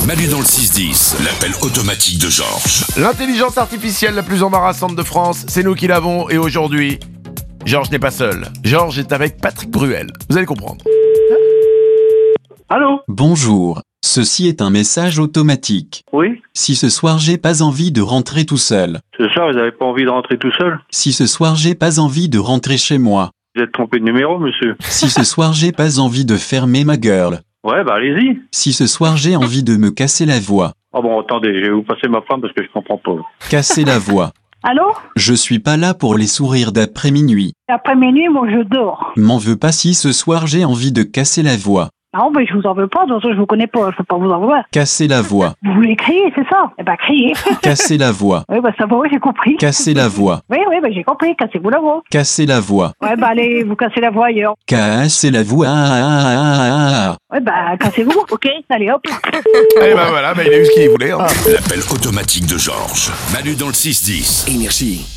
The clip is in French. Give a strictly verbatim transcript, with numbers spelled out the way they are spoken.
Manu dans le six dix, l'appel automatique de Georges. L'intelligence artificielle la plus embarrassante de France, c'est nous qui l'avons et aujourd'hui, Georges n'est pas seul. Georges est avec Patrick Bruel. Vous allez comprendre. Allô? Bonjour, ceci est un message automatique. Oui? Si ce soir j'ai pas envie de rentrer tout seul. Ce soir, vous n'avez pas envie de rentrer tout seul? Si ce soir j'ai pas envie de rentrer chez moi. Vous êtes trompé de numéro, monsieur. Si ce soir j'ai pas envie de fermer ma gueule. Ouais, bah allez-y. Si ce soir j'ai envie de me casser la voix. Ah bon, attendez, je vais vous passer ma femme parce que je comprends pas. Casser la voix. Allô? Je suis pas là pour les sourires d'après minuit. Après minuit, moi je dors. M'en veux pas si ce soir j'ai envie de casser la voix. Non, mais je vous en veux pas, de toute façon je vous connais pas, je peux pas vous en vouloir. Casser la voix. Vous voulez crier, c'est ça? Eh ben criez. Casser la voix. Oui, bah ça va, oui, j'ai compris. Casser la voix. Oui, oui, bah j'ai compris, cassez-vous la voix. Casser la voix. Ouais, bah allez, vous cassez la voix ailleurs. Casser la voix. Ah, ah, ah, ah. Ouais, bah cassez-vous, ok? Allez, hop. Et ben voilà, ben il a eu ce qu'il voulait. Hein. L'appel automatique de Georges. Manu dans le six dix. Énergie.